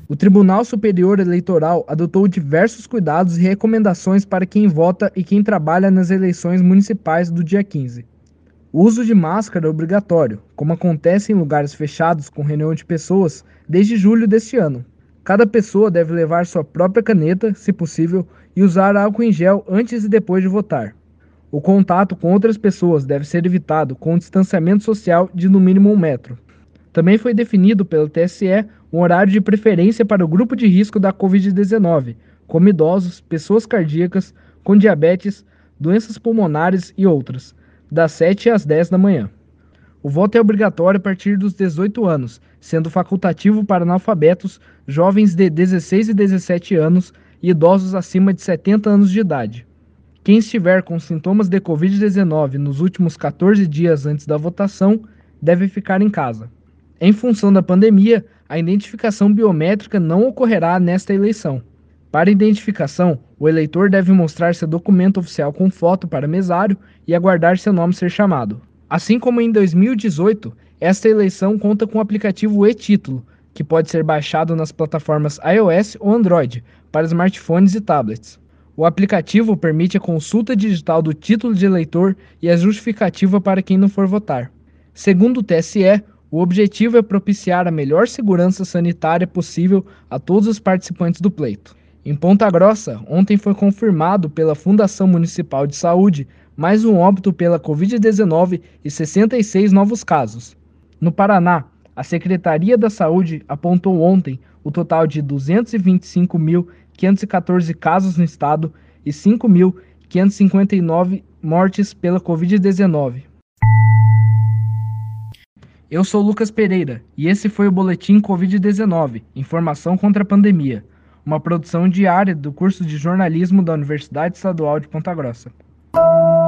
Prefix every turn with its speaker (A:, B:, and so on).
A: O Tribunal Superior Eleitoral adotou diversos cuidados e recomendações para quem vota e quem trabalha nas eleições municipais do dia 15. O uso de máscara é obrigatório, como acontece em lugares fechados com reunião de pessoas desde julho deste ano. Cada pessoa deve levar sua própria caneta, se possível, e usar álcool em gel antes e depois de votar. O contato com outras pessoas deve ser evitado com um distanciamento social de no mínimo 1 metro. Também foi definido pelo TSE um horário de preferência para o grupo de risco da Covid-19, como idosos, pessoas cardíacas, com diabetes, doenças pulmonares e outras, das 7 às 10 da manhã. O voto é obrigatório a partir dos 18 anos, sendo facultativo para analfabetos, jovens de 16 e 17 anos e idosos acima de 70 anos de idade. Quem estiver com sintomas de Covid-19 nos últimos 14 dias antes da votação deve ficar em casa. Em função da pandemia, a identificação biométrica não ocorrerá nesta eleição. Para identificação, o eleitor deve mostrar seu documento oficial com foto para mesário e aguardar seu nome ser chamado. Assim como em 2018, esta eleição conta com o aplicativo e-Título, que pode ser baixado nas plataformas iOS ou Android, para smartphones e tablets. O aplicativo permite a consulta digital do título de eleitor e a justificativa para quem não for votar. Segundo o TSE, o objetivo é propiciar a melhor segurança sanitária possível a todos os participantes do pleito. Em Ponta Grossa, ontem foi confirmado pela Fundação Municipal de Saúde mais um óbito pela Covid-19 e 66 novos casos. No Paraná, a Secretaria da Saúde apontou ontem o total de 225.514 casos no estado e 5.559 mortes pela Covid-19. Eu sou Lucas Pereira e esse foi o Boletim Covid-19, Informação contra a Pandemia, uma produção diária do curso de jornalismo da Universidade Estadual de Ponta Grossa.